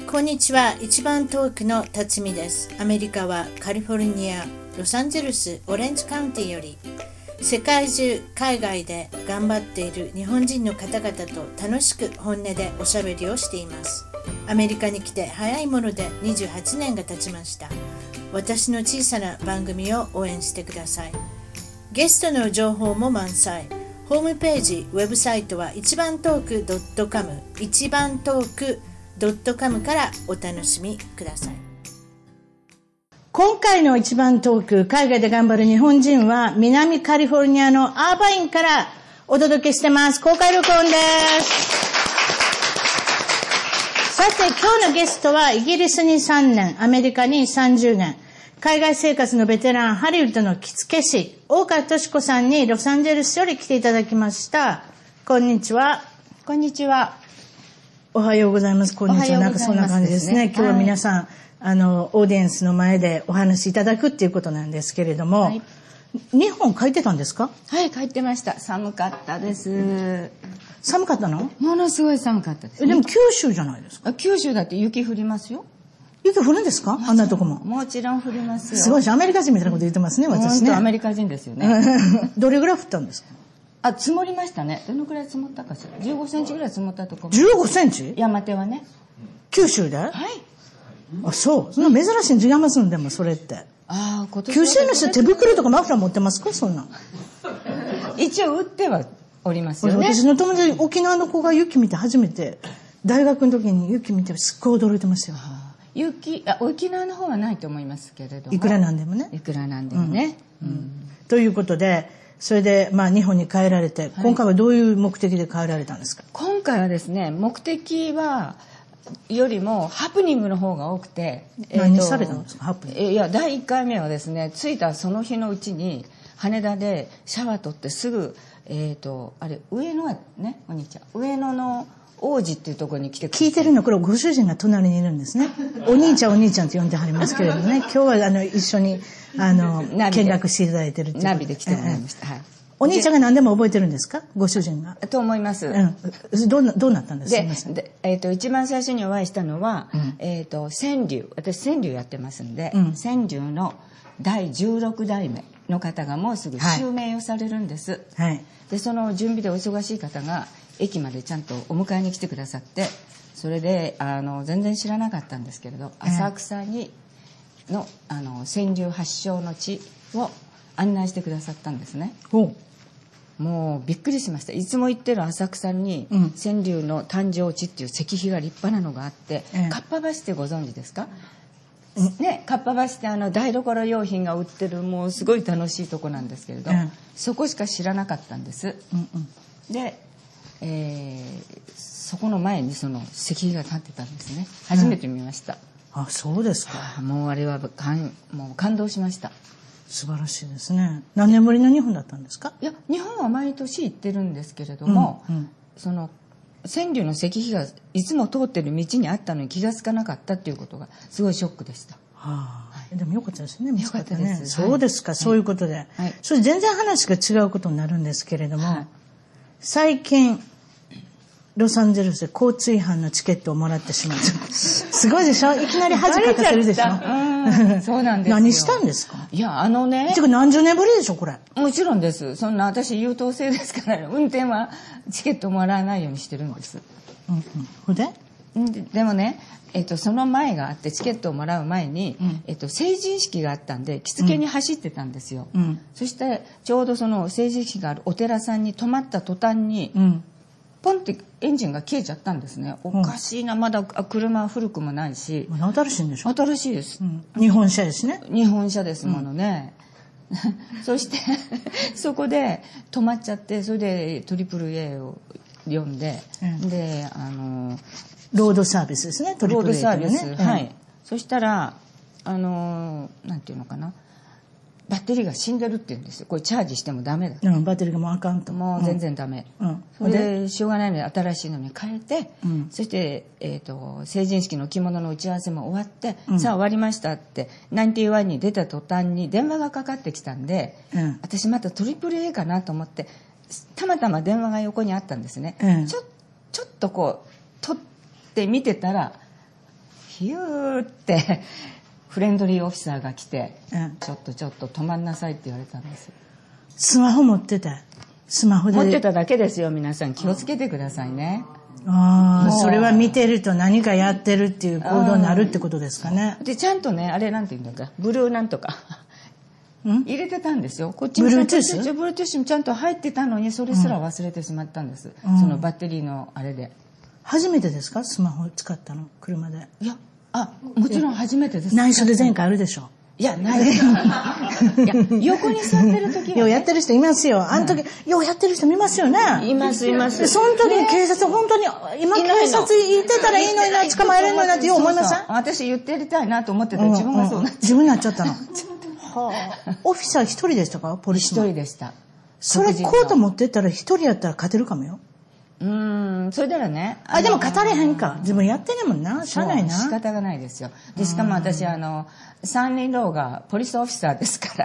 こんにちは。一番遠くの辰巳です。アメリカはカリフォルニア、ロサンゼルス、オレンジカウンティより世界中、海外で頑張っている日本人の方々と楽しく本音でおしゃべりをしています。アメリカに来て早いもので28年が経ちました。私の小さな番組を応援してください。ゲストの情報も満載。ホームページ、ウェブサイトは一番トーク .com 一番トーク.com からお楽しみください。今回の一番トーク、海外で頑張る日本人は南カリフォルニアのアーバインからお届けしてます。公開録音です。さて今日のゲストはイギリスに3年、アメリカに30年、海外生活のベテラン、ハリウッドの着付け師、大川敏子さんにロサンゼルスより来ていただきました。こんにちは。 こんにちは。 おはようございます。こんにちは。なんかそんな感じですね。今日は皆さん、オーディエンスの前でお話しいただくっていうことなんですけれども、はい、日本帰ってたんですか？ はい、帰ってました。寒かったです。 寒かったの？ ものすごい寒かったです、ね。 でも九州じゃないですか？ 九州だって雪降りますよ。 雪降るんですか？あんなとこも。 もちろん降りますよ。 すごいし、アメリカ人みたいなこと言ってますね、私ね。 本当アメリカ人ですよね。 どれぐらい降ったんですか？ 積もりましたね。どのくらい積もったかしら。15センチぐらい積もったところ。 15センチ？ 山手はね。 九州で？はい。あ、そう。そんな珍しいん違いますんでも、それって。 今年九州の人手袋とかマフラー持ってますか？そんな。 一応売ってはおりますよね。 私の友達、沖縄の子が雪見て初めて、大学の時に雪見てすっごい驚いてますよ。 沖縄の方はないと思いますけれども。 いくらなんでもね。 いくらなんでもね。 ということで、それで日本に帰られて、今回はどういう目的で帰られたんですか？ 今回はですね、目的よりもハプニングの方が多くて。 何されたんですか？ハプニング。 いや、第1回目はですね、着いたその日のうちに羽田でシャワー取ってすぐあれ上野はね、お兄ちゃん上野の王子っていうところに来て聞いてるの、これご主人が隣にいるんですね。お兄ちゃんお兄ちゃんって呼んではりますけれどもね、今日は一緒に見学していただいてるっていう。 ナビで来てもらいました。はい。 お兄ちゃんが何でも覚えてるんですか？ご主人が。 と思います。 どうなったんですか？ で、一番最初にお会いしたのは、川柳。私川柳やってますんで、川柳の第16代目の方がもうすぐ襲名をされるんです。はい。で、その準備でお忙しい方が駅までちゃんとお迎えに来てくださって、それで全然知らなかったんですけれど、浅草の川柳発祥の地を案内してくださったんですね。もうびっくりしました。いつも行ってる浅草に川柳の誕生地っていう石碑が立派なのがあって、かっぱ橋ってご存知ですか？ね、かっぱ橋って台所用品が売ってるもうすごい楽しいとこなんですけれど、そこしか知らなかったんです。で、そこの前にその石碑が立ってたんですね。初めて見ました。 あ、そうですか。 もうあれはもう感動しました。 素晴らしいですね。何年ぶりの日本だったんですか？ いや、日本は毎年行ってるんですけれども、その川柳の石碑がいつも通ってる道にあったのに気がつかなかったっていうことがすごいショックでした。 でもよかったですね。 よかったです。 そうですか、そういうことで。それ全然話が違うことになるんですけれども、最近ロサンゼルスで交通違反のチケットをもらってしまった。すごいでしょ？いきなり恥かかせるでしょ？ そうなんですよ。 何したんですか？ いや、てか何十年ぶりでしょ、これ。 もちろんです。そんな私優等生ですから、運転はチケットもらわないようにしてるんです。でもね、その前があって、チケットをもらう前に、成人式があったんで着付けに走ってたんですよ。そしてちょうどその成人式があるお寺さんに泊まった途端に、ポンってエンジンが消えちゃったんですね。おかしいな、まだ車は古くもないし。 新しいんでしょ？ 新しいです。 日本車ですね。 日本車ですものね。そしてそこで止まっちゃって、それでAAAを呼んで、でロードサービスですね。 ロードサービス、はい。そしたらなんていうのかな。バッテリーが死んでるって言うんですよ。これチャージしてもダメだ。 バッテリーがもうあかんと。 もう全然ダメ。それでしょうがないので新しいのに変えて、そして成人式の着物の打ち合わせも終わって、さあ終わりましたって91に出た途端に電話がかかってきたんで、私またAAAかなと思ってたまたま電話が横にあったんですね。ちょっとこう取って見てたらヒューってフレンドリーオフィサーが来て、ちょっと止まんなさいって言われたんです。 スマホ持ってて、スマホで持ってただけですよ。皆さん気をつけてくださいね。 それは見てると何かやってるっていう行動になるってことですかね。 でちゃんとね、あれなんて言うんだか、ブルーなんとか入れてたんですよ。こっちも Bluetooth もちゃんと入ってたのに、それすら忘れてしまったんです、そのバッテリーのあれで。 初めてですか、スマホ使ったの、車で。 いや、もちろん初めてです。 内緒で前回あるでしょ。 いや、ないです。いや、横に座ってる時は、ね、 ようやってる人いますよ。あの時、ようやってる人見ますよね。 います。 その時に警察、本当に、今警察行ってたらいいのにな、捕まえれるのになってよう思いません？ 私言ってやりたいなと思ってたら自分がそうなっちゃった。 自分になっちゃったの。オフィサー一人でしたか、ポリスマン？ 一人でした。 それコート持ってったら一人やったら勝てるかもよ。 それならね。 でも語れへんか。自分やってるもんな。しゃあないな。 仕方がないですよ。で、しかも私、三人老がポリスオフィサーですから。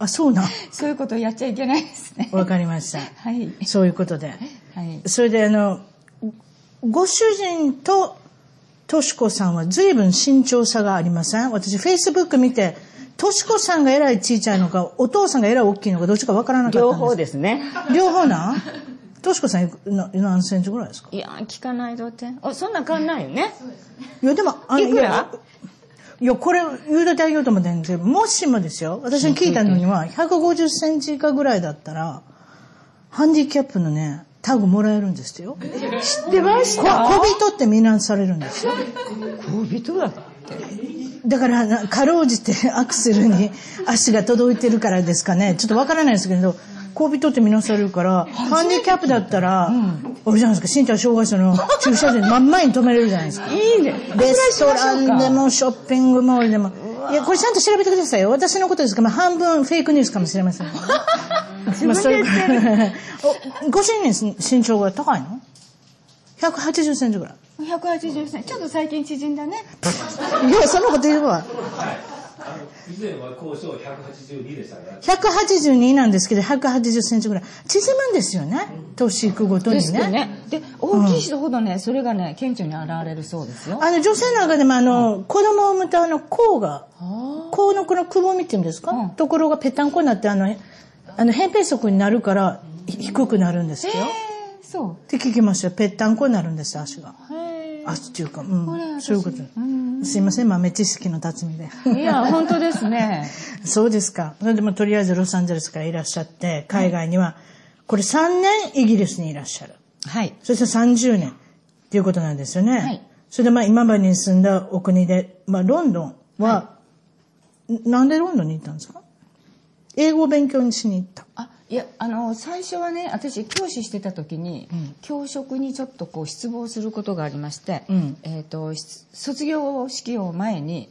そうな。 そういうことやっちゃいけないですね。 わかりました。 はい。 そういうことで。 はい。 それでご主人ととしこさんは随分身長差がありません？私、Facebook 見て、としこさんがえらい小さいのか、お父さんがえらい大きいのか、どっちかわからなかったんです。 両方ですね。 両方な？としこさん何センチぐらいですか？ いや、聞かないとって。そんな変わんないよね。 いや、でも、 いくら？ いや、これ言うとてあげようと思ってんですけど、もしもですよ、私に聞いたのには、150センチ以下ぐらいだったら、ハンディキャップのね、タグもらえるんですよ。 知ってました？ 小人って見なされるんですよ。 小人だって。 だから、かろうじてアクセルに足が届いてるからですかね。ちょっとわからないですけど、小人って見なされるから、ハンディキャップだったら、あれじゃないですか、新ちゃん障害者の駐車場に真ん前に止めれるじゃないですか。 いいね。 レストランでもショッピングモールでも。いや、これちゃんと調べてくださいよ。私のことですから、半分フェイクニュースかもしれません。 自分で言ってる。 ご主人身長が高いの？ 180センチぐらい。 180センチ。ちょっと最近縮んだね。 いや、そんなこと言うわ。 以前は交渉182でしたね。 182なんですけど、180センチぐらい。縮むんですよね。年いくごとにね。 ですよね。で、大きい人ほどね、それがね、顕著に現れるそうですよ。 女性なんかでも子供を産むと甲が、甲のこのくぼみっていうんですか、ところがぺったんこになって、扁平足になるから、低くなるんですよ。 そう。 って聞きましたよ。ぺったんこになるんです、足が。足っていうか、そういうこと。すいません、豆知識の辰巳で。 いや、本当ですね。 そうですか。でもとりあえずロサンゼルスからいらっしゃって、海外には、これ3年イギリスにいらっしゃる。 はい。 そして30年っていうことなんですよね。 はい。 それで今までに住んだお国で、ロンドンは、なんでロンドンに行ったんですか？英語を勉強しに行った。 いや、最初はね、私教師してた時に、教職にちょっと失望することがありまして、卒業式を前に、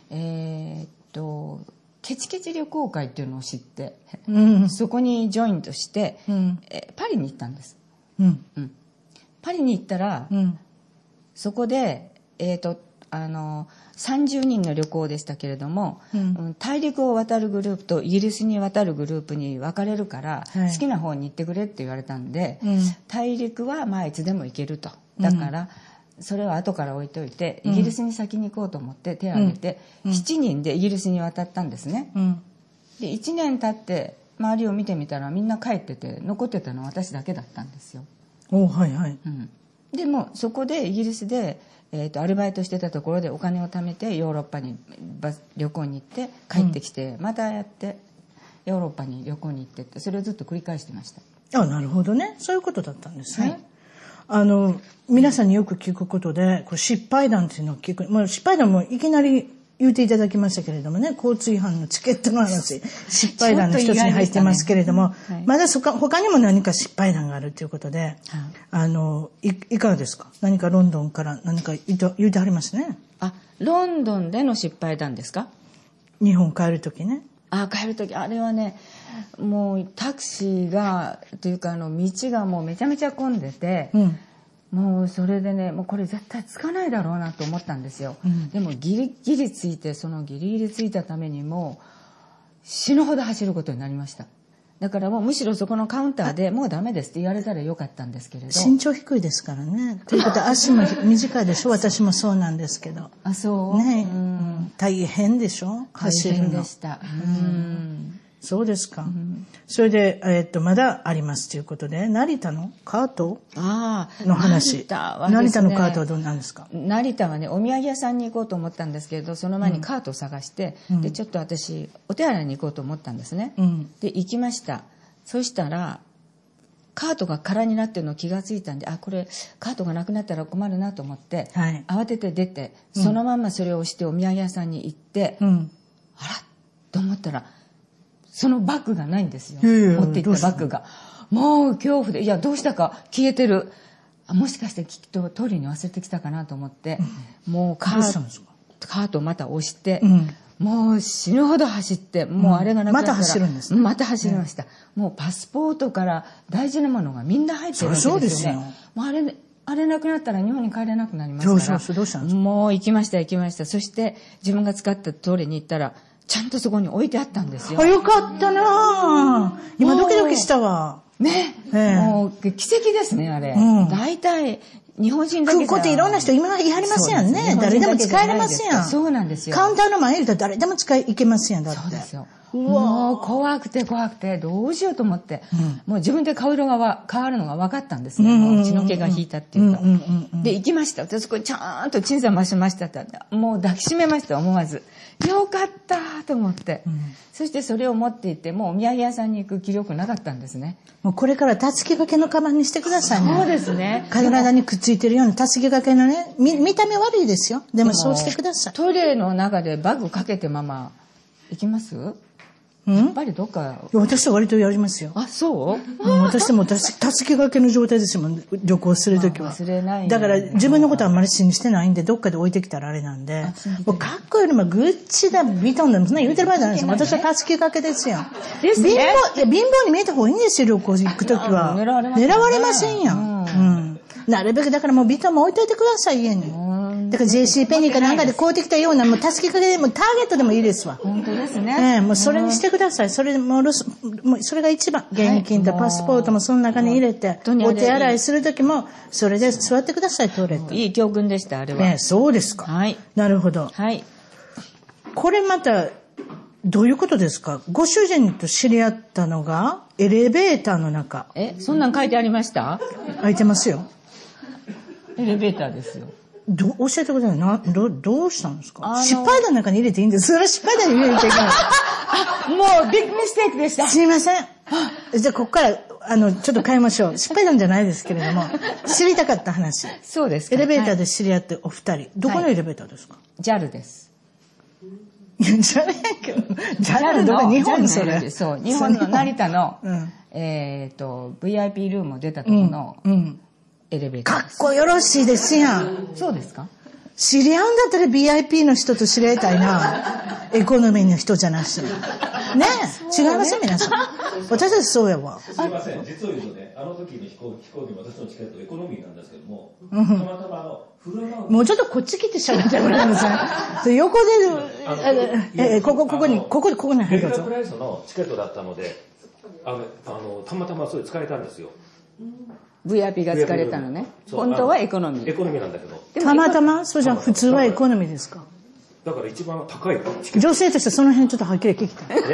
ケチケチ旅行会っていうのを知って、そこにジョイントして、パリに行ったんです。パリに行ったら、そこで、30人の旅行でしたけれども、大陸を渡るグループとイギリスに渡るグループに分かれるから、好きな方に行ってくれって言われたんで、大陸はいつでも行けると。だから、それは後から置いといて、イギリスに先に行こうと思って手を挙げて、7人でイギリスに渡ったんですね。で、1年経って周りを見てみたらみんな帰ってて、残ってたのは私だけだったんですよ。でもそこでイギリスでアルバイトしてたところでお金を貯めてヨーロッパに旅行に行って帰ってきて、またやってヨーロッパに旅行に行ってって、それをずっと繰り返してました。 なるほどね。そういうことだったんですね。皆さんによく聞くことで、これ失敗談っていうのを聞く。失敗談もいきなり言っていただきましたけれどもね、交通違反のチケットの話、失敗談の一つに入ってますけれども、まだ他にも何か失敗談があるということで、いかがですか？何かロンドンから何か言うてはりますね。 ロンドンでの失敗談ですか？ 日本帰るときね。 帰るとき、あれはね、もうタクシーが、というか道がもうめちゃめちゃ混んでて、もうそれでね、もうこれ絶対つかないだろうなと思ったんですよ。でもギリギリついて、そのギリギリついたためにもう死ぬほど走ることになりました。 だからもうむしろそこのカウンターでもうダメですって言われたらよかったんですけれど。 身長低いですからね。ということは足も短いでしょ。私もそうなんですけど。 あ、そうね、大変でしょ。走るの。 大変でした。 そうですか。それで、まだありますということで、成田のカートの話。成田のカートはどうなんですか？ 成田はね、お土産屋さんに行こうと思ったんですけれど、その前にカートを探して、で、ちょっと私、お手洗いに行こうと思ったんですね。で、行きました。そしたら、カートが空になってるのを気がついたんで、これ、カートがなくなったら困るなと思って、慌てて出て、そのまんまそれを押してお土産屋さんに行って、あらと思ったら、そのバッグがないんですよ。持っていったバッグが。もう恐怖で、いや、どうしたか消えてる。もしかしてきっとトイレに忘れてきたかなと思って、もうカートをまた押して、もう死ぬほど走って、もうあれがなくなったら、 また走るんですか？ また走りました。もうパスポートから大事なものがみんな入ってるわけですよね。そうですよ。もうあれなくなったら日本に帰れなくなりますから。 どうしたんですか？ もう行きました。そして自分が使ったトイレに行ったら、ちゃんとそこに置いてあったんですよ。 よかったなぁ。今ドキドキしたわ。 ね。もう奇跡ですね、あれ。大体、日本人だけじゃ。 空港っていろんな人今やりますやんね。誰でも使えれますやん。 そうなんですよ。 カウンターの前にいると誰でもいけますやん、だって。 そうですよ。もう怖くてどうしようと思って、もう自分で顔色が変わるのが分かったんですね。もう血の気が引いたっていうか。で、行きました。私これちゃんと鎮座増しましたって。もう抱きしめました、思わず。よかったと思って。そしてそれを持って行って、もうお土産屋さんに行く気力なかったんですね。 もうこれからたすき掛けのカバンにしてくださいね。 そうですね。 体にくっついてるようなたすき掛けのね、見た目悪いですよ。でもそうしてください。 トイレの中でバッグかけてまま行きます？やっぱりどっか。 私は割とやりますよ。 そう？ 私もたすき掛けの状態ですもん、旅行するときは。 忘れない。 だから自分のことはあんまり信じてないんで、どっかで置いてきたらあれなんで。もうカッコよりもグッチだ、ビトンだ、そんな言うてる場合じゃないですよ。私はたすき掛けですよ。 ですね。 貧乏に見えた方がいいんですよ、旅行行くときは。狙われませんやん。なるべくだからもうビトンも置いといてください、家に。だから JC ペニーかなんかで買うてきたような、もうたすき掛けでもターゲットでもいいですわ。 本当ですね。 もうそれにしてください。それもうそれが一番。現金とパスポートもその中に入れて、お手洗いするときも、それで座ってください、トイレット。 いい教訓でした、あれは。 そうですか。 はい。 なるほど。 はい。 これまた、どういうことですか？ご主人と知り合ったのが、エレベーターの中。 そんなん書いてありました？ 書いてますよ。 エレベーターですよ。 教えてください。どうしたんですか？失敗談の中に入れていいんです。それは失敗談に入れていけない。 もうビッグミステイクでした。 すいません。じゃあここからちょっと変えましょう。失敗談じゃないですけれども、知りたかった話。 そうですか。 エレベーターで知り合ってお二人、どこのエレベーターですか ？JAL です。 じゃねえけど、JAL どこ？日本のそれ。 そう、日本の成田のVIP ルームを出たところのエレベーターです。 かっこよろしいですやん。 そうですか？ 知り合うんだったら VIP の人と知り合いたいな。エコノミーの人じゃなし。ねえ、違います皆さん。私たちそうやわ。 すいません、実を言うとね、あの時に飛行機私のチケットエコノミーなんですけども、たまたまフルマウント。 もうちょっとこっち来て喋ってもらえますね。横で、ここに入るレギュラープライスのチケットだったので、たまたまそれ使えたんですよ。 VIP が使れたのね。本当はエコノミー。 エコノミーなんだけど。 たまたまそうじゃ普通はエコノミーですか？ だから一番高い女性としてその辺ちょっとはっきり聞きたい。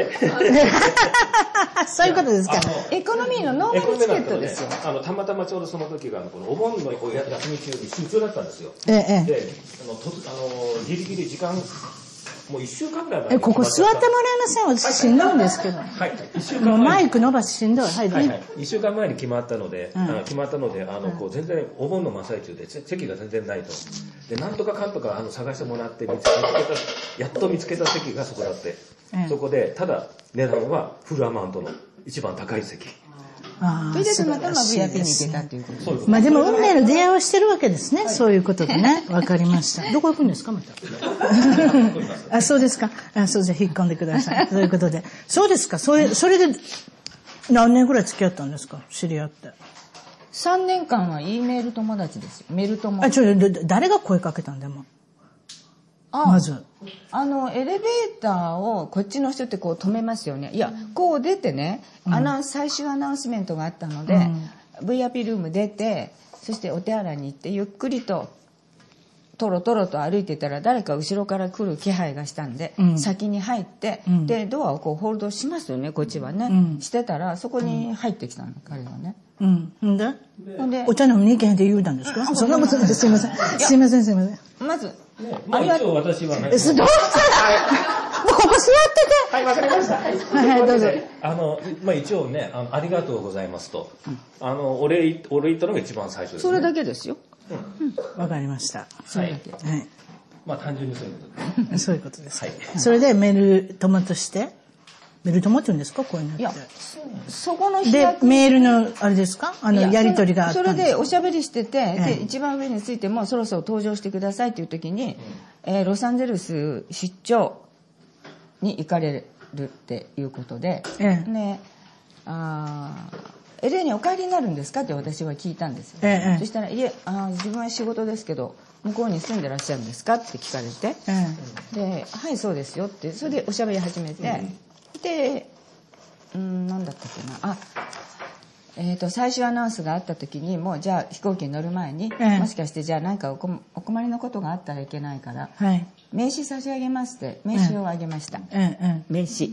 そういうことですか？ エコノミーのノーマルチケットですよ。 たまたまちょうどその時がこのお盆の休み中に出張だったんですよ。 で、 ギリギリ時間もう1週間ぐらい前にここ座ってもらえません？私しんどいんですけど。 はい。1週間前。 マイク伸ばししんどい。はい。 1週間前に決まったので、全然お盆の真っ最中で席が全然ないと。で、なんとかかんとか探してもらってやっと見つけた席がそこだって。そこで、ただ値段はフルアマウントの一番高い席。 それでたまたま VIP に行けたっていうことです。 まあでも運命の出会いをしてるわけですね。そういうことでね。わかりました。どこ行くんですかまた。そうですか。そうじゃ引っ込んでください。ということで。そうですか。それで何年ぐらい付き合ったんですか？知り合って。 3年間は E メール友達ですよ。メール友。 誰が声かけたんでも。 まず。 エレベーターをこっちの人ってこう止めますよね。いや、こう出てね、最終アナウンスメントがあったので、VIP ルーム出て、そしてお手洗いに行って、ゆっくりと、トロトロと歩いてたら、誰か後ろから来る気配がしたんで、先に入って、で、ドアをこうホールドしますよね、こっちはね。してたら、そこに入ってきたの、彼はね。 んでお茶飲みに行けへんって言うたんですか？そんなことないです。すいません。すいません、すいません。 まず、 一応私はね。 どうぞ。もうここ座ってて。 はい、わかりました。 はい、どうぞ。 一応ね、ありがとうございますと。お礼言ったのが一番最初ですね。 それだけですよ。 わかりました。 それだけ。 はい。 単純にそういうことです。 そういうことです。はい。それでメル友として、メル友って言うんですか、こういうのって。いや、 そこので、メールの、あれですか、やりとりがあったんですか。 それでおしゃべりしてて、で、一番上についてもそろそろ登場してくださいっていう時に、ロサンゼルス出張に行かれるっていうことで、ね、LA にお帰りになるんですかって私は聞いたんですよ。そしたら、いえ、自分は仕事ですけど、向こうに住んでらっしゃるんですかって聞かれて、で、はい、そうですよって、それでおしゃべり始めて、で、なんだったっけな、最終アナウンスがあった時に、もうじゃあ飛行機に乗る前に、もしかしてじゃあ何かお困りのことがあったらいけないから、名刺差し上げますって名刺をあげました。名刺。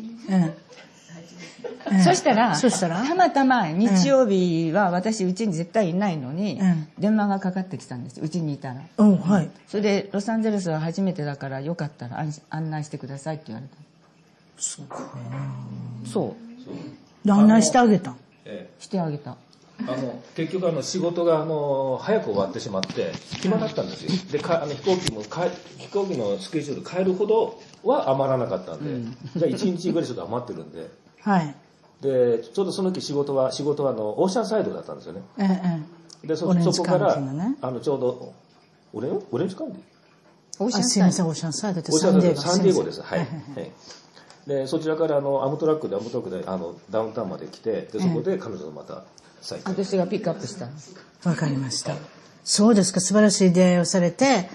そしたら、たまたま日曜日は私うちに絶対いないのに、電話がかかってきたんです、うちにいたら。それで、ロサンゼルスは初めてだからよかったら案内してくださいって言われた。 すごい。 そう。 案内してあげた。 してあげた。 結局仕事が早く終わってしまって暇だったんですよ。で、飛行機のスケジュール変えるほどは余らなかったんで、じゃあ1日ぐらいちょっと余ってるんで。 はい。 で、ちょうどその時仕事はオーシャンサイドだったんですよね。で、そこからちょうどオレンジカウンティ。 すいません、オーシャンサイドってサンディエゴです。はい。で、そちらからアムトラックでダウンタウンまで来て、で、そこで彼女とまた再会。 私がピックアップした。 わかりました。そうですか、素晴らしい出会いをされて、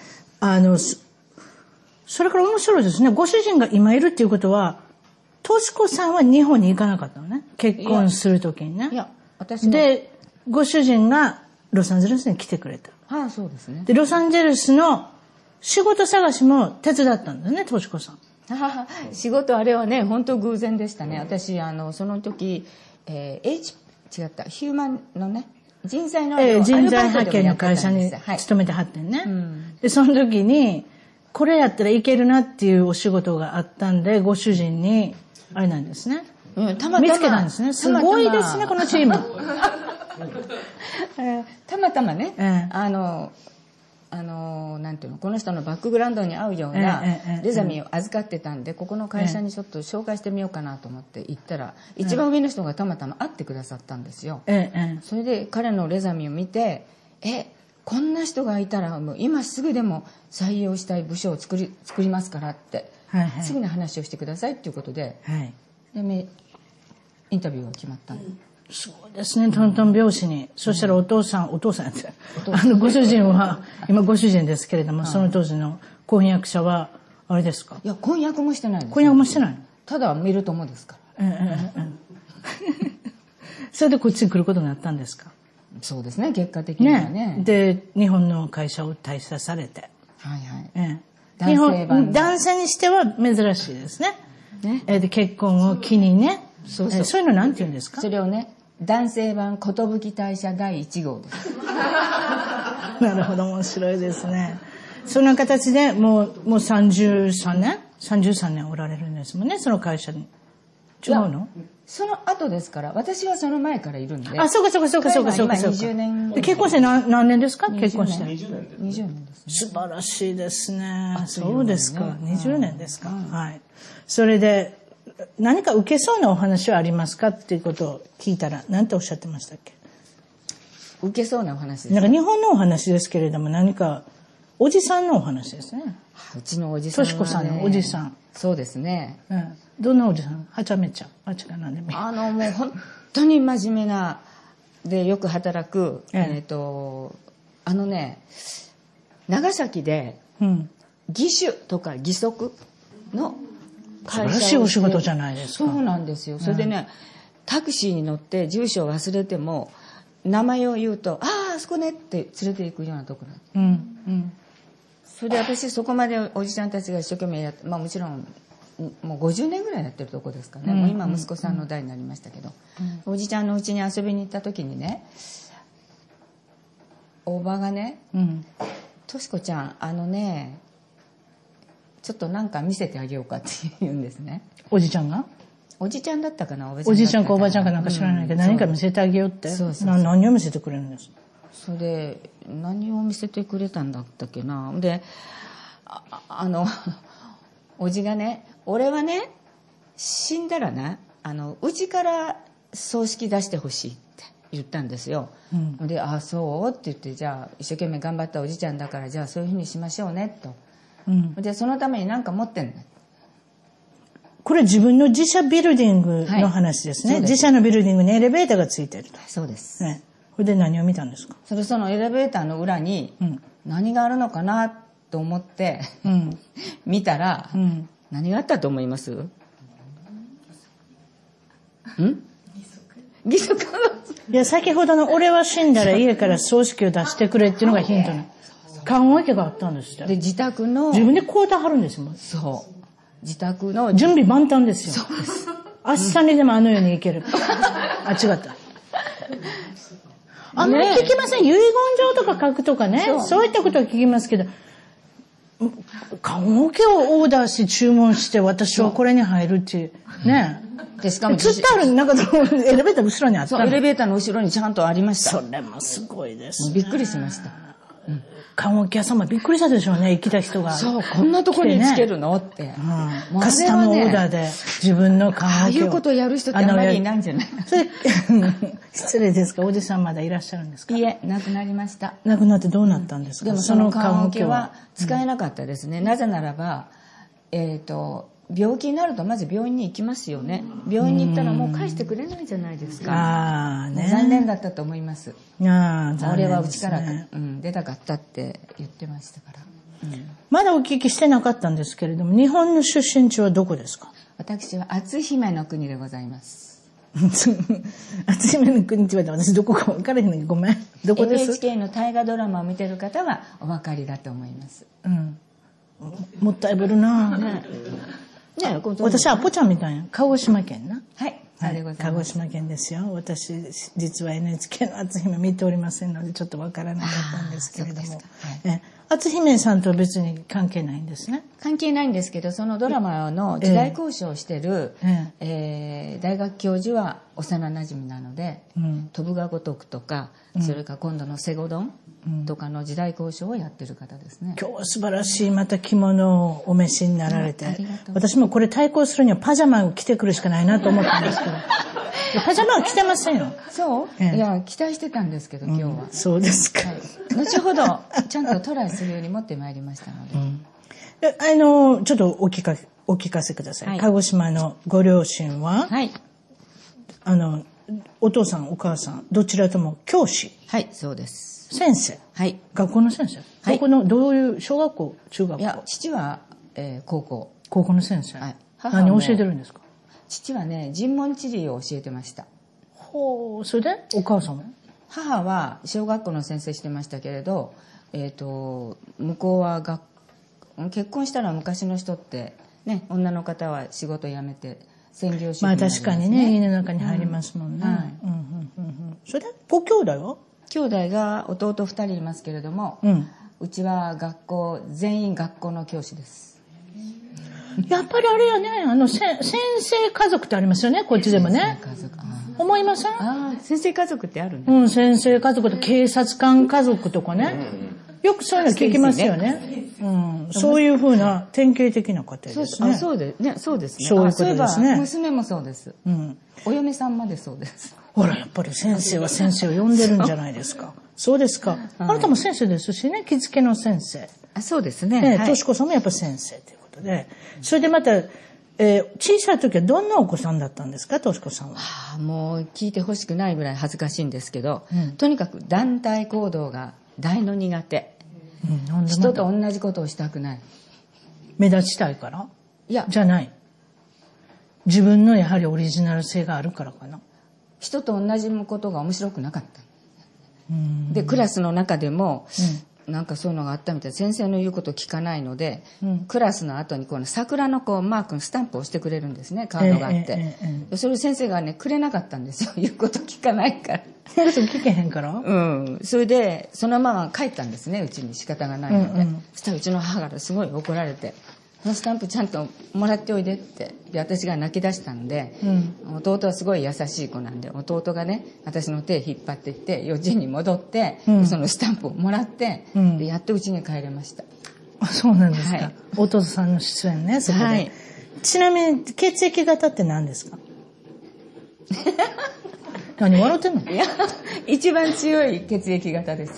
それから面白いですね。ご主人が今いるっていうことは、としこさんは日本に行かなかったのね。結婚するときにね。 いや、私で、ご主人がロサンゼルスに来てくれた。 はい、そうですね。 で、ロサンゼルスの仕事探しも手伝ったんだね、としこさん。 仕事、あれはね、本当偶然でしたね。私、その時、ヒューマンのね、人材派遣の会社に勤めてはってんね。で、その時に、これやったらいけるなっていうお仕事があったんで、ご主人に、あれなんですね。見つけたんですね。すごいですね、このチーム。 たまたまね、なんていうの、この人のバックグラウンドに合うようなレザミを預かってたんで、ここの会社にちょっと紹介してみようかなと思って行ったら、一番上の人がたまたま会ってくださったんですよ。それで彼のレザミを見て、こんな人がいたらもう今すぐでも採用したい部署を作りますからって、次の話をしてくださいっていうことで、インタビューが決まったの。 そうですね、トントン拍子に。そしたらお父さんやって、ご主人は、今ご主人ですけれども、その当時の婚約者は、あれですか？ いや、婚約もしてないです。 婚約もしてないの？ ただ見る友ですから。 それでこっちに来ることになったんですか？ そうですね、結果的にはね。 で、日本の会社を退社されて。男性にしては珍しいですね。で、結婚を機にね。そういうのなんて言うんですか？ それをね、男性版寿退社第1号です。 なるほど、面白いですね。そんな形でもう33年おられるんですもんね、その会社に。違うの？ その後ですから、私はその前からいるんで。 そうか。今20年。結婚して何年ですか？結婚して。 20年ですね。 素晴らしいですね。そうですか。20年ですか。はい。それで、何か受けそうなお話はありますかっていうことを聞いたら、何ておっしゃってましたっけ？ 受けそうなお話です。 なんか日本のお話ですけれども、何か、おじさんのお話ですね。 うちのおじさんはね。 としこさんのおじさん。 そうですね。 どんなおじさん？はちゃめちゃ。違う、なんでもいい。 もう本当に真面目な、で、よく働く、長崎で、 義手とか義足の会社を素晴らしいお仕事じゃないですか。 そうなんですよ。それでね、タクシーに乗って住所を忘れても名前を言うと、あそこねって連れて行くようなところ。それで私そこまでおじちゃんたちが一生懸命やって、もちろんもう50年ぐらいやってるとこですからね、もう今息子さんの代になりましたけど、おじちゃんの家に遊びに行った時にね、おばがね、としこちゃんちょっとなんか見せてあげようかって言うんですね。 おじちゃんがおじちゃんだったかな、 おじちゃんかおばちゃんかなんか知らないけど、何か見せてあげようって。何を見せてくれるんですか？ それで何を見せてくれたんだったっけな。でおじがね、俺はね死んだらねうちから葬式出してほしいって言ったんですよ。でそうって言って、じゃあ一生懸命頑張ったおじちゃんだから、じゃあそういうふうにしましょうねと。でそのために何か持ってんの。 これ自分の自社ビルディングの話ですね。自社のビルディングにエレベーターがついてると。 そうです。 ね。それで何を見たんですか？ そのエレベーターの裏に何があるのかなと思って、見たら、何があったと思います？義足。 いや、先ほどの俺は死んだら家から葬式を出してくれっていうのがヒントね。棺桶があったんですよ。 で自宅の自分でこうたはるんですもん。 そう。自宅の準備万端ですよ。そうです。あっさりでも世に行ける。違った。あんまり聞きません。遺言状とか書くとかね。そういったことは聞きますけど、棺桶をオーダーし注文して私はこれに入るっていうね。 でしかもつってあるなんかエレベーターの後ろにあったの。 エレベーターの後ろにちゃんとありました。 それもすごいですね。 びっくりしました。 棺桶屋さんもびっくりしたでしょうね、来た人が。 そう、こんなとこにつけるのって。 カスタムオーダーで自分の棺桶を。 ああいうことをやる人ってあんまりいないんじゃない？ 失礼ですか、おじさんまだいらっしゃるんですか？ いえ、亡くなりました。 亡くなってどうなったんですか？ でもその棺桶は使えなかったですね。なぜならば、病気になるとまず病院に行きますよね。病院に行ったらもう返してくれないじゃないですか。残念だったと思います。俺はうちから出たかったって言ってましたから。 まだお聞きしてなかったんですけれども、日本の出身地はどこですか？ 私は篤姫の国でございます。 篤姫の国って言われて私どこか分からへんのにごめん。どこです？ NHK の大河ドラマを見てる方はお分かりだと思います。 もったいぶるな私はアポちゃんみたいな。鹿児島県な。 はい。 鹿児島県ですよ。私実は NHK の篤姫見ておりませんのでちょっとわからなかったんですけれども、篤姫さんとは別に関係ないんですね。 関係ないんですけど、そのドラマの時代交渉をしてる、大学教授は幼なじみなので、飛ぶが如くとか、それから今度のセゴドンとかの時代交渉をやってる方ですね。 今日は素晴らしいまた着物をお召しになられて、私もこれ対抗するにはパジャマを着てくるしかないなと思ったんですけどパジャマは着てませんよ。 そう、いや期待してたんですけど今日は、 そうですか、 後ほどちゃんとトライするように持ってまいりましたので、 ちょっとお聞かせください、鹿児島のご両親は、お父さんお母さんどちらとも教師？ はい、そうです。 先生？はい。学校の先生？はい。どういう小学校中学校？ いや、父は、高校の先生。はい。何を教えてるんですか？ 父はね、人文地理を教えてました。 ほう。それでお母さんは？ 母は小学校の先生してましたけれど、向こうは結婚したら昔の人ってね、女の方は仕事辞めて専業主婦になりますね。 確かにね、家の中に入りますもんね。それでご兄弟は？兄弟が弟2人いますけれども、うちは全員学校の教師です。 やっぱりあれやね、先生家族ってありますよね、こっちでもね。先生家族。思いません？ 先生家族ってあるね。 先生家族と警察官家族とかね。よくそういうの聞きますよね。そういうふうな典型的な家庭ですね。 そうですね。そうですね。 そういうことですね。 娘もそうです。お嫁さんまでそうです。 ほら、やっぱり先生は先生を呼んでるんじゃないですか。そうですか。あなたも先生ですしね、着付けの先生。 そうですね。 としこさんもやっぱ先生ということで。それでまた、小さい時はどんなお子さんだったんですか、としこさんは。 もう聞いてほしくないぐらい恥ずかしいんですけど、とにかく団体行動が大の苦手。人と同じことをしたくない。 目立ちたいから？ いや。 じゃない。自分のやはりオリジナル性があるからかな。 人と同じことが面白くなかった。で、クラスの中でも、なんかそういうのがあったみたいで、先生の言うことを聞かないので、クラスの後にこの桜のこうマークのスタンプをしてくれるんですね、カードがあって。それを先生がね、くれなかったんですよ。言うこと聞かないから。 聞けへんから？ それで、そのまま帰ったんですね、うちに仕方がないので。そしたらうちの母からすごい怒られて、そのスタンプちゃんともらっておいでって。で、私が泣き出したんで、弟はすごい優しい子なんで、弟がね、私の手引っ張っていって、幼稚園に戻って、そのスタンプをもらって、でやっとうちに帰れました。 あ、そうなんですか。弟さんの出演ね、そこで。ちなみに、血液型って何ですか？何笑ってんの？ いや、一番強い血液型です。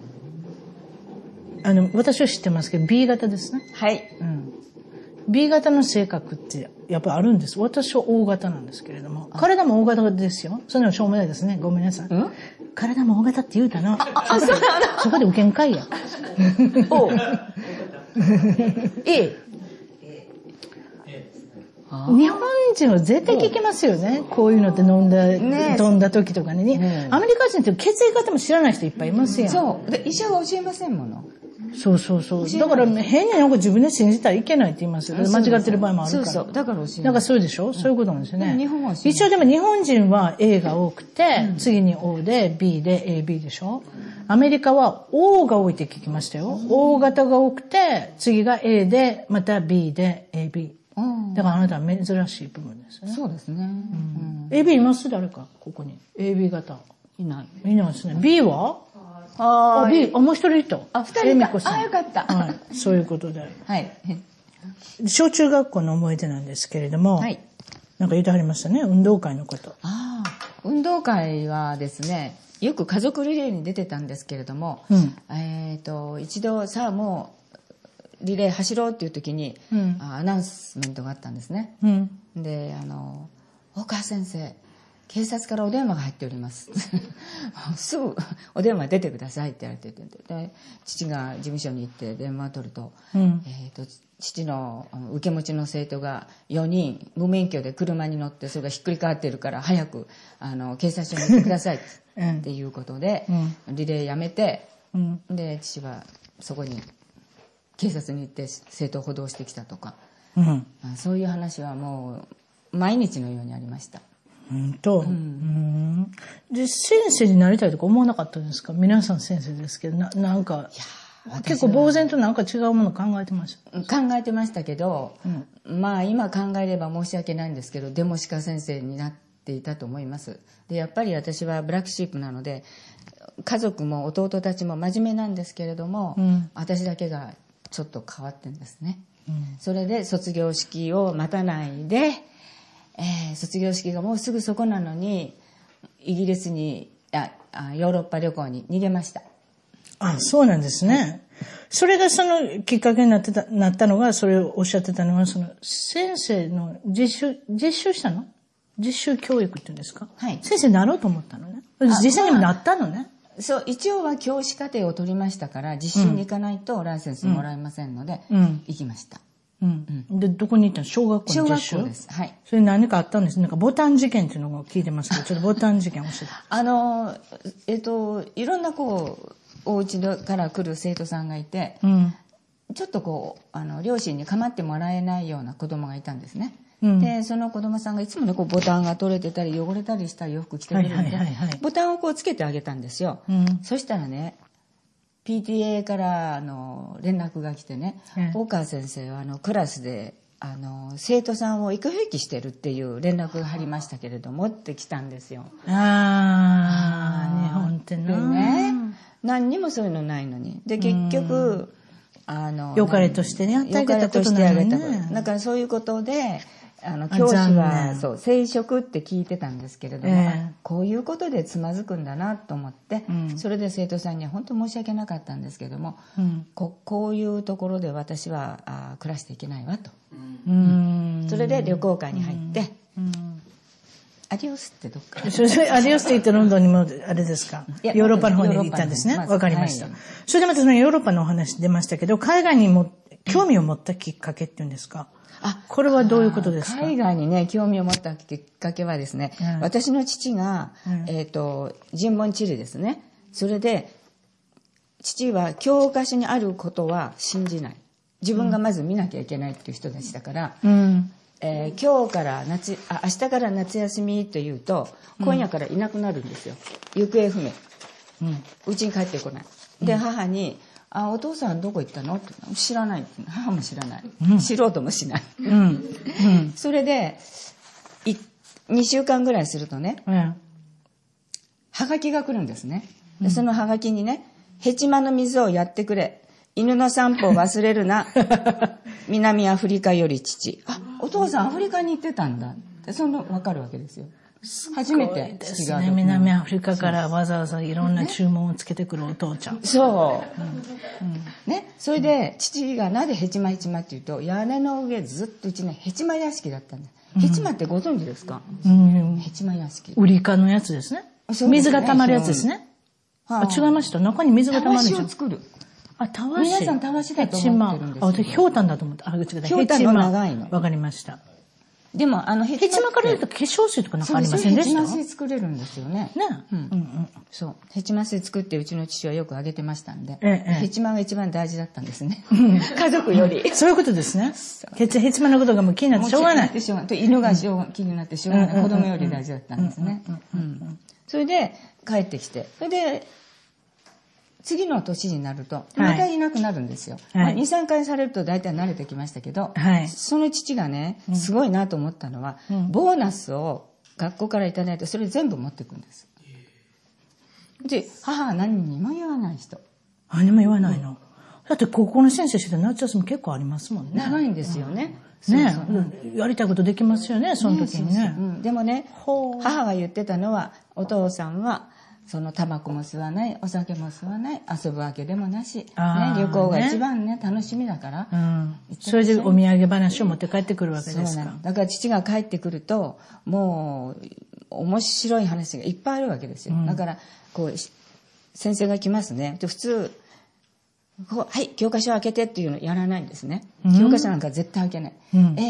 私は知ってますけど、B 型ですね。 はい。 B 型の性格ってやっぱりあるんです。私は O 型なんですけれども。体も O 型ですよ。それはしょうもないですね。ごめんなさい。体も O 型って言うたな。そこで受けんかいや。 O。A。 日本人は絶対聞きますよね。こういうのって飲んだ時とかね。アメリカ人って血液型も知らない人いっぱいいますよ。 そう。で、医者が教えませんもの。 そうそうそう。だから変になんか自分で信じたらいけないって言いますよ。間違ってる場合もあるから。 そうそう。だから教えない。 なんかそうでしょ？そういうことなんですよね。 日本は一応でも日本人は A が多くて、次に O で B で AB でしょ？アメリカは O が多いって聞きましたよ。O 型が多くて、次が A で、また B で AB。だからあなたは珍しい部分ですね。 そうですね。 AB います？誰かここに。AB 型。 いない。 いないですね。B は？B、もう一人いた。 二人いた。よかった。 はい。そういうことで。 はい。 小中学校の思い出なんですけれども、なんか言ってはりましたね、運動会のこと。 運動会はですね、よく家族リレーに出てたんですけれども、一度さあもうリレー走ろうっていう時に、アナウンスメントがあったんですね。で、大川先生、警察からお電話が入っておりますすぐお電話出てくださいって言われてで、父が事務所に行って電話を取ると、父の受け持ちの生徒が4人無免許で車に乗ってそれがひっくり返ってるから早く警察署に行ってくださいっていうことで、リレーやめて、で父はそこに警察に行って生徒を補導してきたとか、そういう話はもう毎日のようにありました。 で、先生になりたいとか思わなかったんですか？皆さん先生ですけど、なんか、結構呆然となんか違うもの考えてました。 考えてましたけど、まあ今考えれば申し訳ないんですけど、デモシカ先生になっていたと思います。で、やっぱり私はブラックシープなので、家族も弟たちも真面目なんですけれども、私だけがちょっと変わってるんですね。それで卒業式を待たないで、卒業式がもうすぐそこなのにイギリスにヨーロッパ旅行に逃げました。 そうなんですね。それがそのきっかけになったのが、それをおっしゃってたのは、その先生の実習したの？実習教育っていうんですか？先生になろうと思ったのね。実際にもなったのね。 そう、一応は教師課程を取りましたから、実習に行かないとライセンスもらえませんので、行きました。 で、どこに行ったの？小学校の実習？ 小学校です。はい。 それ何かあったんです。なんかボタン事件っていうのを聞いてますけど、ちょっとボタン事件教えて。いろんなお家から来る生徒さんがいて、ちょっと両親に構ってもらえないような子供がいたんですね。で、その子供さんがいつもね、ボタンが取れてたり汚れたりした洋服着てくるんで、ボタンをつけてあげたんですよ。そしたらね、PTA から連絡が来てね、大川先生はクラスで生徒さんを育兵器してるっていう連絡が入りましたけれどもって来たんですよ。 日本ってね。 何にもそういうのないのに。で、結局、 良かれとしてね、やってあげたことなのにね。 だからそういうことで、教師は、そう、生殖って聞いてたんですけれども、こういうことでつまずくんだなと思って、それで生徒さんには本当申し訳なかったんですけども、こういうところで私は暮らしていけないわと。それで旅行会に入って、アディオスってどっか。 アディオスって言ってロンドンにも、あれですか。ヨーロッパの方に行ったんですね。わかりました。それでまたそのヨーロッパのお話出ましたけど、海外にも興味を持ったきっかけっていうんですか？これはどういうことですか？ 海外にね、興味を持ったきっかけはですね、私の父が、人文地理ですね。それで、父は教科書にあることは信じない。自分がまず見なきゃいけないっていう人たちだから、今日から明日から夏休みというと、今夜からいなくなるんですよ。行方不明。うちに帰ってこない。で、母に、お父さんどこ行ったのって知らない。母も知らない。知ろうともしない。それで、2週間ぐらいするとね、はがきが来るんですね。でそのはがきにね、ヘチマの水をやってくれ。犬の散歩を忘れるな。南アフリカより父。お父さんアフリカに行ってたんだ。ってわかるわけですよ。初めて父が。 南アフリカからわざわざいろんな注文をつけてくるお父ちゃん。 そう。ね。それで、父がなぜヘチマって言うと、屋根の上ずっとうちね、ヘチマ屋敷だったんです。ヘチマってご存知ですか？ヘチマ屋敷。 ウリ科のやつですね。水が溜まるやつですね。違いました。中に水が溜まるんですよ。 たわしを作る。 たわし。 皆さんたわしだと思ってるんですよ。 私、ひょうたんだと思った。違う。 ひょうたんの長いの。 わかりました。 でも、 ヘチマから言うと化粧水とかなんかありませんでした？ ヘチマ水作れるんですよね。そう。ヘチマ水作ってうちの父はよくあげてましたんで。ヘチマが一番大事だったんですね。家族より。 そういうことですね。ヘチマのことがもう気になってしょうがない。 犬が気になってしょうがない。子供より大事だったんですね。それで帰ってきて。それで、次の年になると、またいなくなるんですよ。2、3回されると大体慣れてきましたけど、その父がね、すごいなと思ったのは、ボーナスを学校からいただいて、それ全部持っていくんです。で、母は何にも言わない人。 何も言わないの？だって高校の先生して夏休み結構ありますもんね。 長いんですよね。 やりたいことできますよね、その時にね。 でもね、母が言ってたのは、お父さんは、タバコも吸わない、お酒も吸わない、遊ぶわけでもなし、旅行が一番ね、楽しみだから。 それでお土産話を持って帰ってくるわけですか。 だから父が帰ってくると、もう、面白い話がいっぱいあるわけですよ。だから、先生が来ますね。で普通、はい、教科書開けてっていうのやらないんですね。教科書なんか絶対開けない。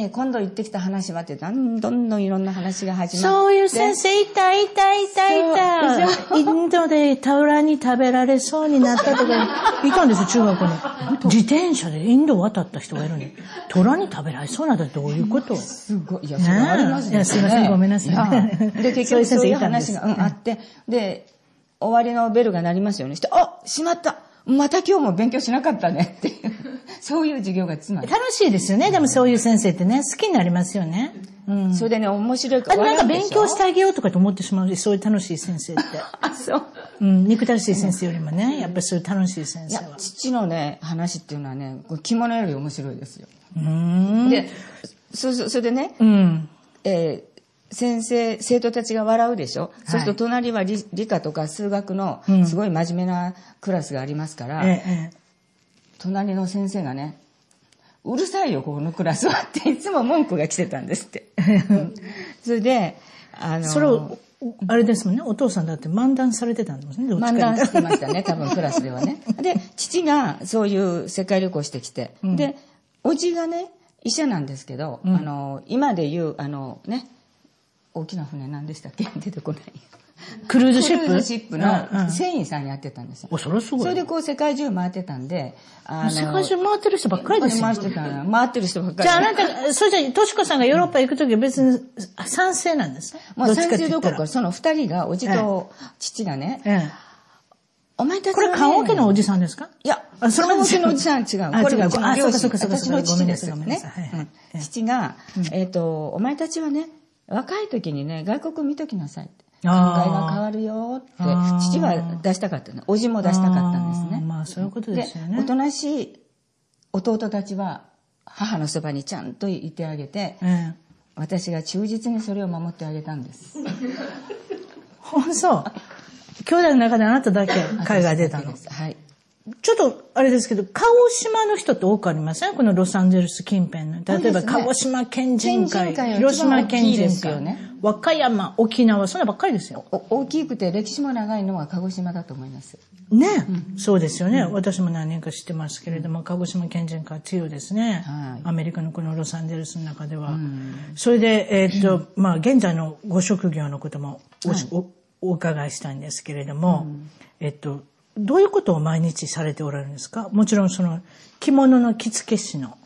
今度行ってきた話はってどんどんいろんな話が始まって。 そういう先生いた。インドで虎に食べられそうになったとか、いたんですよ、中学に。自転車でインド渡った人がいるのに、虎に食べられそうになったってどういうこと？ すごい。いや、それはありますね。 すいません、ごめんなさい。 で、結局そういう話があって、で、終わりのベルが鳴りますよね。しまったまた今日も勉強しなかったねっていう、そういう授業がつまり。 楽しいですよね。でもそういう先生ってね、好きになりますよね。 それでね、面白いから。 なんか勉強してあげようとかと思ってしまうし、そういう楽しい先生って。 そう。 憎たらしい先生よりもね、やっぱりそういう楽しい先生は。 父のね、話っていうのはね、着物より面白いですよ。で、それでね、生徒たちが笑うでしょ、そうすると隣は理科とか数学のすごい真面目なクラスがありますから、隣の先生がね、うるさいよこのクラスはっていつも文句が来てたんですってそれでそれをあれですもんね、お父さんだって漫談されてたんですね。 漫談してましたね、多分クラスではね。で父がそういう世界旅行してきて、でおじがね医者なんですけど、今でいうね、大きな船何でしたっけ出てこない。 クルーズシップ？ クルーズシップの船員さんやってたんですよ。 それすごい。 それで世界中回ってたんで、 世界中回ってる人ばっかりですよ。 回ってる人ばっかり。 じゃああなた、それじゃあ、としこさんがヨーロッパ行くときは別に賛成なんですね。 まあ賛成どころか、その二人が、おじと父がね、お前たちはね、 これ棺桶のおじさんですか？ いや、棺桶のおじさん違う。これがうちの両親、私の父ですよね。父が、お前たちはね、若い時にね、外国見ときなさいって。考えが変わるよって、父は出したかったの。おじも出したかったんですね。 まあそういうことですよね。 で、おとなしい弟たちは、母のそばにちゃんといてあげて、私が忠実にそれを守ってあげたんです。 そう。兄弟の中であなただけ海外出たの。 はい。 ちょっと、あれですけど、鹿児島の人って多くありません？このロサンゼルス近辺の。例えば、鹿児島県人会、広島県人会、和歌山、沖縄、そんなばっかりですよ。 大きくて歴史も長いのは鹿児島だと思います。 ね、そうですよね。私も何年か知ってますけれども、鹿児島県人会強いですね。アメリカのこのロサンゼルスの中では。それで、まあ、現在のご職業のこともお伺いしたいんですけれども、どういうことを毎日されておられるんですか？もちろんその着物の着付け師の、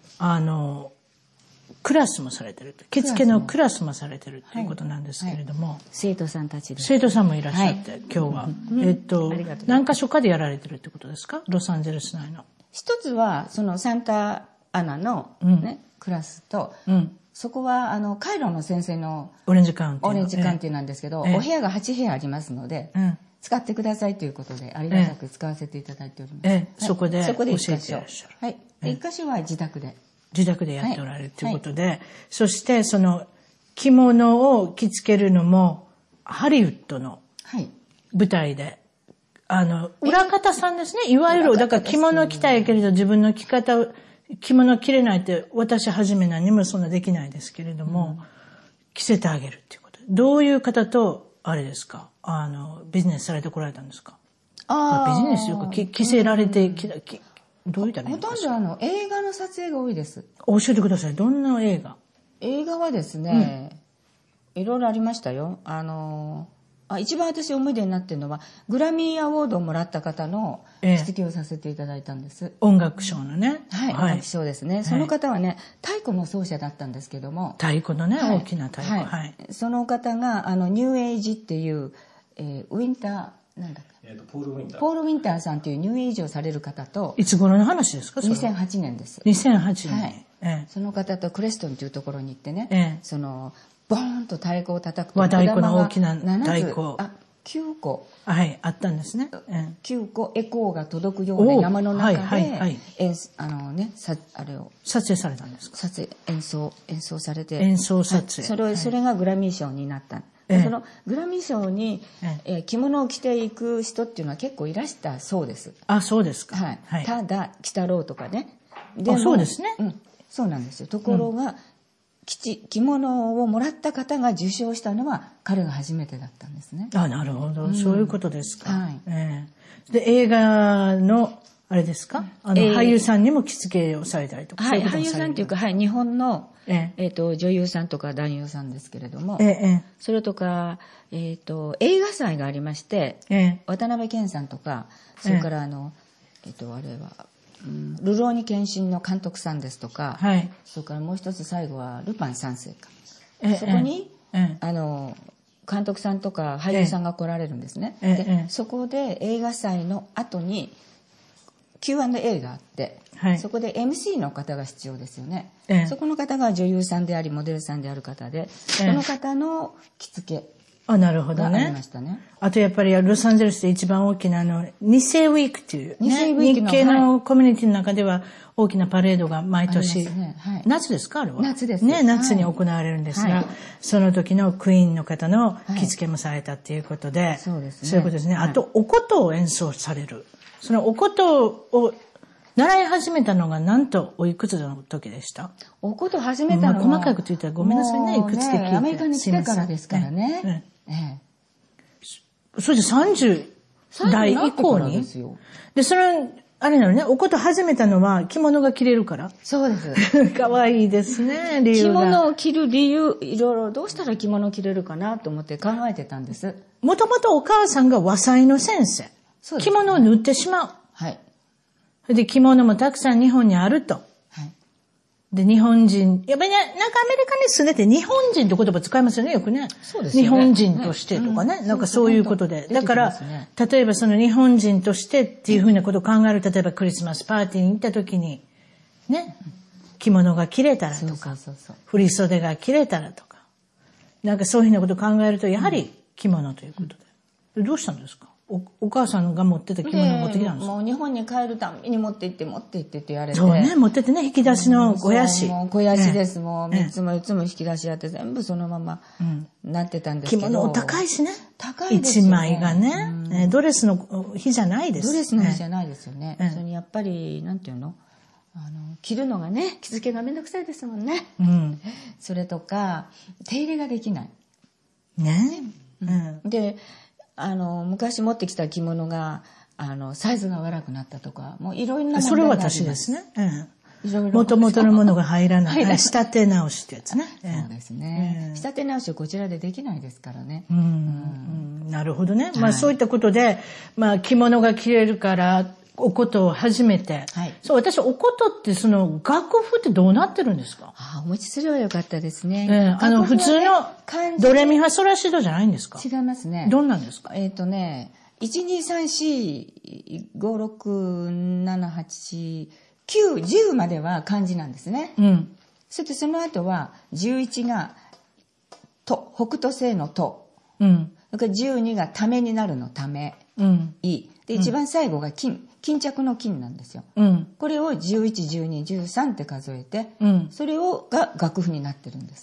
クラスもされてる。着付けのクラスもされてるということなんですけれども。 生徒さんたちです。 生徒さんもいらっしゃって、今日は。何か所かでやられてるってことですか？ロサンゼルス内の。 一つは、そのサンタアナのね、クラスと、そこは、カイロの先生のオレンジカウンティなんですけど、お部屋が8部屋ありますので、使ってくださいということで、ありがたく使わせていただいております。 そこで教えていらっしゃる。 はい。一箇所は自宅で。 自宅でやっておられるということで、そしてその着物を着付けるのも、ハリウッドの舞台で、裏方さんですね。いわゆる、だから着物着たいけれど自分の着物着れないって、私はじめ何もそんなできないですけれども、着せてあげるっていうこと。どういう方と、あれですか、ビジネスされてこられたんですか？ビジネスというか、着せられて、どういったらいいんですか？ ほとんど映画の撮影が多いです。 教えてください。どんな映画？ 映画はですね、いろいろありましたよ。一番私思い出になってるのは、グラミーアワードをもらった方の着付けをさせていただいたんです。 音楽賞のね。 はい、音楽賞ですね。その方はね、太鼓の奏者だったんですけども。 太鼓のね、大きな太鼓。はい。 その方が、ニューエイジっていう、ウィンター、なんだっけ。 ポール・ウィンター。 ポール・ウィンターさんというニューエイジをされる方と。 いつ頃の話ですか？ 2008 年です。 2008年。 はい。その方とクレストンというところに行ってね、ボーンと太鼓を叩くと。 和太鼓の大きな太鼓。 9個。 はい、あったんですね。 9個エコーが届くような山の中で、あれを。 撮影されたんですか？ 演奏されて。 演奏撮影。 それがグラミー賞になった。そのグラミー賞に着物を着ていく人っていうのは結構いらしたそうです。 あ、そうですか。 はい。ただ、鬼太郎とかね。 あ、そうですね。 そうなんですよ。ところが、着物をもらった方が受賞したのは彼が初めてだったんですね。 あ、なるほど。そういうことですか。はい。で、映画の、あれですか？俳優さんにも着付けをされたりとか。 はい、俳優さんっていうか、はい、日本の、女優さんとか男優さんですけれども、それとか、映画祭がありまして、渡辺謙さんとか、それからあれは、ルローニケンシンの監督さんですとか、それからもう一つ最後はルパン三世か。そこに、監督さんとか俳優さんが来られるんですね。でそこで映画祭の後に Q&A があって、そこで MC の方が必要ですよね。そこの方が女優さんでありモデルさんである方で、その方の着付け。 あ、なるほどね。あとやっぱりロサンゼルスで一番大きな日生ウィークっていう、ね、日系のコミュニティの中では大きなパレードが毎年、夏ですかあれは。 夏ですね、夏に行われるんですが、その時のクイーンの方の着付けもされたっていうことで、そういうことですね。あと、お琴を演奏される。そのお琴を習い始めたのがなんとおいくつの時でした？ お琴始めたのは、 細かいこと言ったらごめんなさいね、いくつで聞いて。 アメリカに来てからですからね。 それで30代以降にで、それ、あれなのね、お琴始めたのは着物が着れるから。 そうです。 かわいいですね、理由が。 着物を着る理由、いろいろどうしたら着物を着れるかなと思って考えてたんです。 もともとお母さんが和裁の先生。着物を縫ってしまう。 はい。 で、着物もたくさん日本にあると。で、日本人、やっぱりね、なんかアメリカに住んでて日本人って言葉使いますよね、よくね。 そうですね。 日本人としてとかね。なんかそういうことで。だから、例えばその日本人としてっていうふうなことを考える、例えばクリスマスパーティーに行った時に、ね、着物が着れたらとか、振袖が着れたらとか、なんかそういうふうなことを考えると、やはり着物ということで。どうしたんですか？お母さんが持ってた着物を持ってきたんですか？ もう日本に帰るたびに持って行ってって言われて。 そうね、持ってってね、引き出しの肥やし。 もう肥やしです。もう3つも4つも引き出しやって全部そのままなってたんですけど。 着物お高いしね。 高いですよね。 1枚がね。 ドレスの日じゃないです。 ドレスの日じゃないですよね。それにやっぱりなんていうの、着るのがね、着付けがめんどくさいですもんね。それとか手入れができない。 ね。 で、昔持ってきた着物がサイズが悪くなったとか、もういろんな問題があります。 それは私ですね。もともとのものが入らない。仕立て直しってやつね。 そうですね。仕立て直しをこちらでできないですからね。 なるほどね。そういったことで、着物が着れるから、お琴を初めて。そう、私、お琴って楽譜ってどうなってるんですか？ お持ちすればよかったですね。 普通のドレミファソラシドじゃないんですか？ 違いますね。 どんなんですか ？1,2,3,4,5,6,7,8,9,10までは漢字なんですね。そしてその後は11がと、北斗星のと。それから12がためになるのため。い。で、一番最後が金着の金なんですよ。これを11、12、13って数えて、それが楽譜になってるんです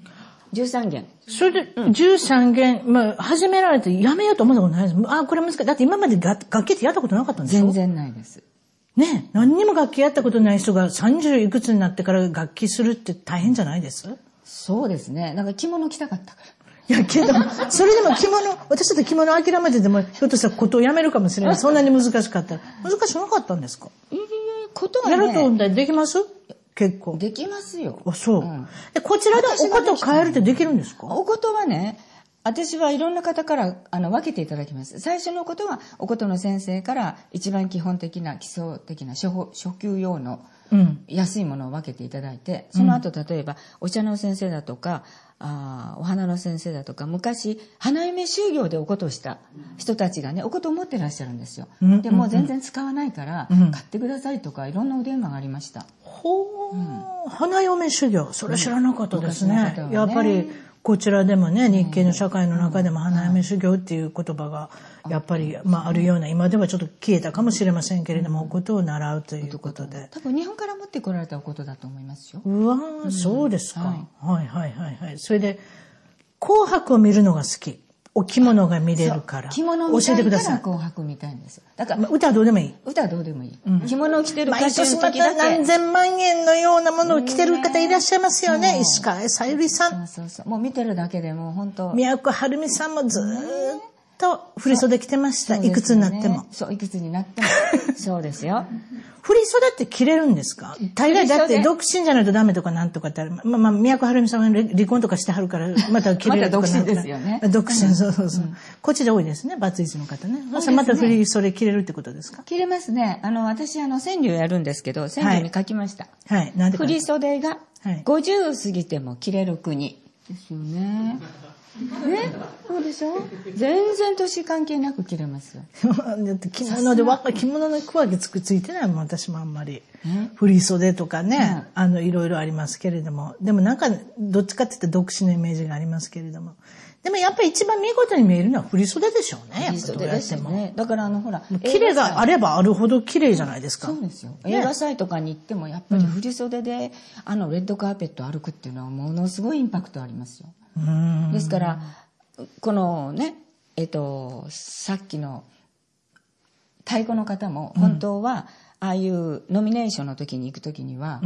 。13弦。 それで、13弦、始められてやめようと思ったことないです。これ難しい。だって今まで楽器ってやったことなかったんですよ。 全然ないです。 ね、何にも楽器やったことない人が30いくつになってから楽器するって大変じゃないです？ そうですね。なんか着物着たかったから。 いやけど、それでも私だって着物諦めてでも、ひょっとしたらことをやめるかもしれない。そんなに難しかったら。難しくなかったんですか？ ことはね。 やるとできます？結構。 できますよ。 そう。こちらでお琴を変えるってできるんですか？ お琴はね、私はいろんな方から分けていただきます。最初のことはお琴の先生から一番基本的な基礎的な初級用の安いものを分けていただいて、その後例えばお茶の先生だとかお花の先生だとか、昔花嫁修行でお琴をした人たちがね、お琴を持ってらっしゃるんですよ。でもう全然使わないから買ってくださいとかいろんなお電話がありました。 花嫁修行、それ知らなかったですね。やっぱりこちらでもね、日系の社会の中でも花嫁修行っていう言葉がやっぱりあるような、今ではちょっと消えたかもしれませんけれども、お琴を習うということで、 多分日本から持ってこられたお琴だと思いますよ。 そうですか。それで紅白を見るのが好き。お着物が見れるから。 着物見たいから紅白見たいんですよ。だから歌はどうでもいい。 歌はどうでもいい。着物を着てる歌手の時だけ。 何千万円のようなものを着てる方いらっしゃいますよね。石川さゆりさん。 もう見てるだけでもう本当。 宮古はるみさんもずーっと振り袖着てました。いくつになっても。 そう、いくつになっても。そうですよ。 振り袖って着れるんですか？大概だって独身じゃないとダメとかなんとかってある。宮古はるみさんは離婚とかしてはるから、また着れるとかなんとか。 また独身ですよね。 独身、そう。こっちで多いですね、バツイチの方ね。また振り袖着れるってことですか？ 着れますね。私川柳やるんですけど、川柳に書きました。 なんで振り袖が50過ぎても着れる国。ですよね。そうでしょ？全然年関係なく着れますよ。 だって着物の区分けついてないもん、私もあんまり。振り袖とかね、いろいろありますけれども。でもなんか、どっちかって言ったら独身のイメージがありますけれども。でもやっぱり一番見事に見えるのは振り袖でしょうね。 振り袖ですよね。だからほら。 綺麗があればあるほど綺麗じゃないですか。 そうですよ。映画祭とかに行ってもやっぱり振り袖で、レッドカーペット歩くっていうのはものすごいインパクトありますよ。ですから、このね、さっきの太鼓の方も、本当は、ああいうノミネーションの時に行く時には、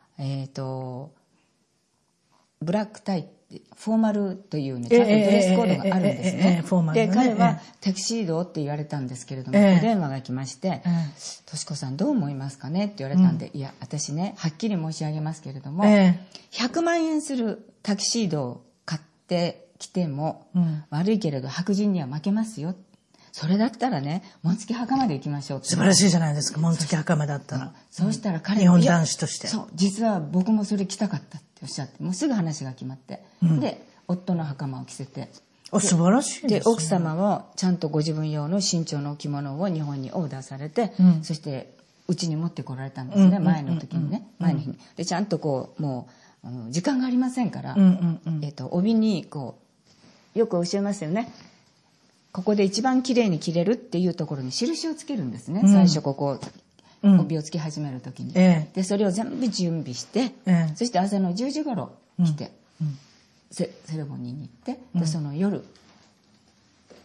ブラックタイ、フォーマルというね、ちゃんとドレスコードがあるんですね。で、彼はタキシードって言われたんですけれども、お電話が来まして、としこさんどう思いますかねって言われたんで、いや、私ね、はっきり申し上げますけれども、100万円するタキシードを買ってきても、悪いけれど白人には負けますよ。それだったらね、紋付き袴で行きましょうって。 素晴らしいじゃないですか、紋付き袴だったら。 そうしたら彼日本男子として。 そう、実は僕もそれ着たかったっておっしゃって、もうすぐ話が決まって。で、夫の袴を着せて。 素晴らしいですね。 で、奥様もちゃんとご自分用の身長の着物を日本にオーダーされて、そしてうちに持ってこられたんですね、前の時にね、前の日に。で、ちゃんとこう、もう、時間がありませんから、帯にこう、よくおっしゃいますよね。ここで一番綺麗に着れるっていうところに印をつけるんですね。最初ここ、帯をつけ始める時に。で、それを全部準備して、そして朝の10時頃来て、セレモニーに行って、で、その夜、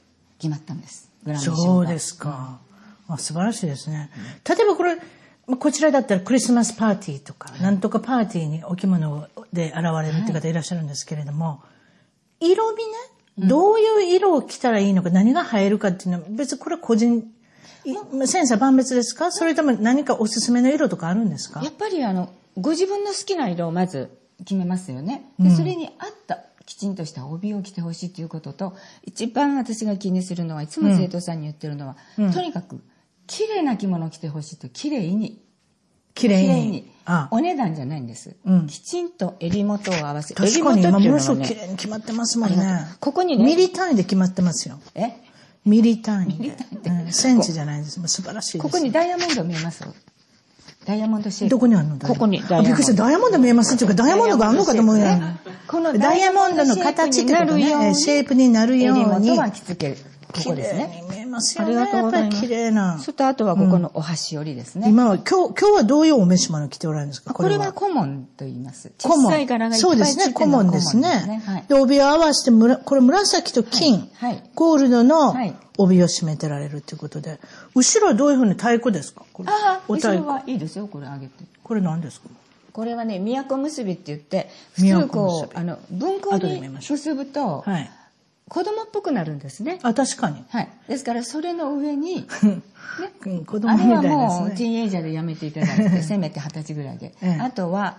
決まったんです。グラミー賞が。 そうですか。素晴らしいですね。例えばこちらだったらクリスマスパーティーとか、なんとかパーティーにお着物で現れるって方いらっしゃるんですけれども、色味ね、どういう色を着たらいいのか、何が映えるかっていうのは、別にこれは個人、千差万別ですか？それとも何かおすすめの色とかあるんですか？ やっぱりご自分の好きな色をまず決めますよね。でそれに合ったきちんとした帯を着てほしいということと、一番私が気にするのはいつも生徒さんに言ってるのは、とにかく綺麗な着物を着てほしいと、綺麗にお値段じゃないんです、きちんと襟元を合わせ、 確かに今ものすごく綺麗に決まってますもんね。 ここにね、 ミリ単位で決まってますよ。ミリ単位で、センチじゃないです。素晴らしいです。 ここにダイヤモンド見えます？ダイヤモンドシェイプ。 どこにあるの？ ここにダイヤモンド。 びっくりした。ダイヤモンド見えますっていうか、ダイヤモンドがあるのかと思うよ。 このダイヤモンドの形ってことね、シェイプになるように。 襟元は着付ける。ここですね。 綺麗に見えますよね。ありがとうございます。綺麗な。 そしてあとはここのお箸折りですね。 今日はどういうお召し物着ておられるんですか？ これはコモンと言います。 コモン。 小さい柄がいっぱいそうですね、コモンですね。で、帯を合わせて、これ紫と金、ゴールドの帯を締めてられるということで、後ろはどういうふうに太鼓ですか？ 後ろはいいですよ、これ上げて。 これ何ですか？ これはね、都結びって言って、普通こう、文庫に結ぶと、子供っぽくなるんですね。 確かに。 ですから、それの上に、 子供みたいですね。 あれはもう、ティーンエイジャーでやめていただいて、せめて20歳ぐらいで。あとは、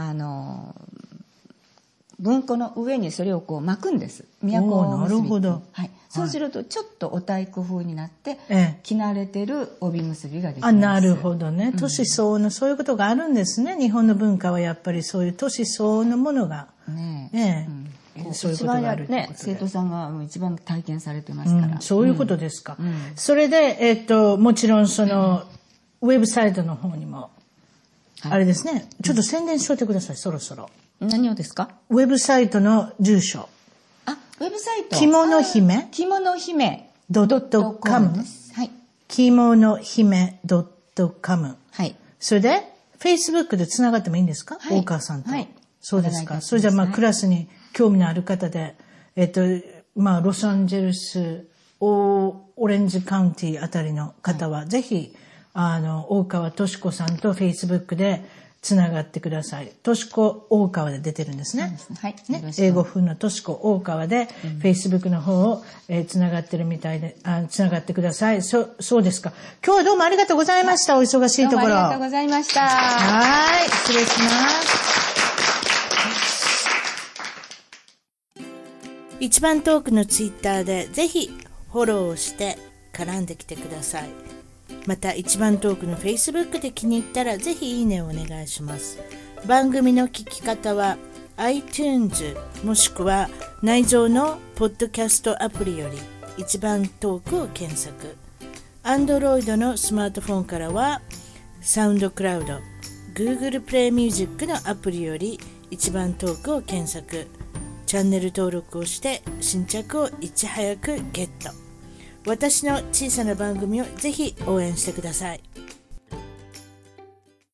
文庫の上にそれをこう巻くんです。都結び。なるほど。そうすると、ちょっとお太鼓風になって、着慣れてる帯結びができます。 なるほどね。年相応のそういうことがあるんですね。日本の文化はやっぱりそういう年相応のものが。そういうことがあるね。 生徒さんが一番体験されてますから。 そういうことですか。それで、もちろんその、ウェブサイトの方にも、あれですね。ちょっと宣伝しといてください、そろそろ。 何をですか？ ウェブサイトの住所。 ウェブサイト。 着物姫。 着物姫。 .com。着物姫。.com。それで、Facebook で繋がってもいいんですか？大川さんと。そうですか。それじゃあクラスに興味のある方で、ロサンゼルス、オレンジカウンティあたりの方は、ぜひ、大川敏子さんと Facebook でつながってください。敏子大川で出てるんですね。英語風の敏子大川で Facebook の方をつながってるみたいで、つながってください。そうですか。今日はどうもありがとうございました。お忙しいところ。 どうもありがとうございました。 失礼します。一番トークのツイッターでぜひフォローをして絡んできてください。また一番トークの Facebook で気に入ったらぜひいいねをお願いします。番組の聞き方は iTunes もしくは内蔵のポッドキャストアプリより一番トークを検索。Android のスマートフォンからはサウンドクラウド、Google プレイミュージックのアプリより一番トークを検索。チャンネル登録をして新着をいち早くゲット。私の小さな番組をぜひ応援してください。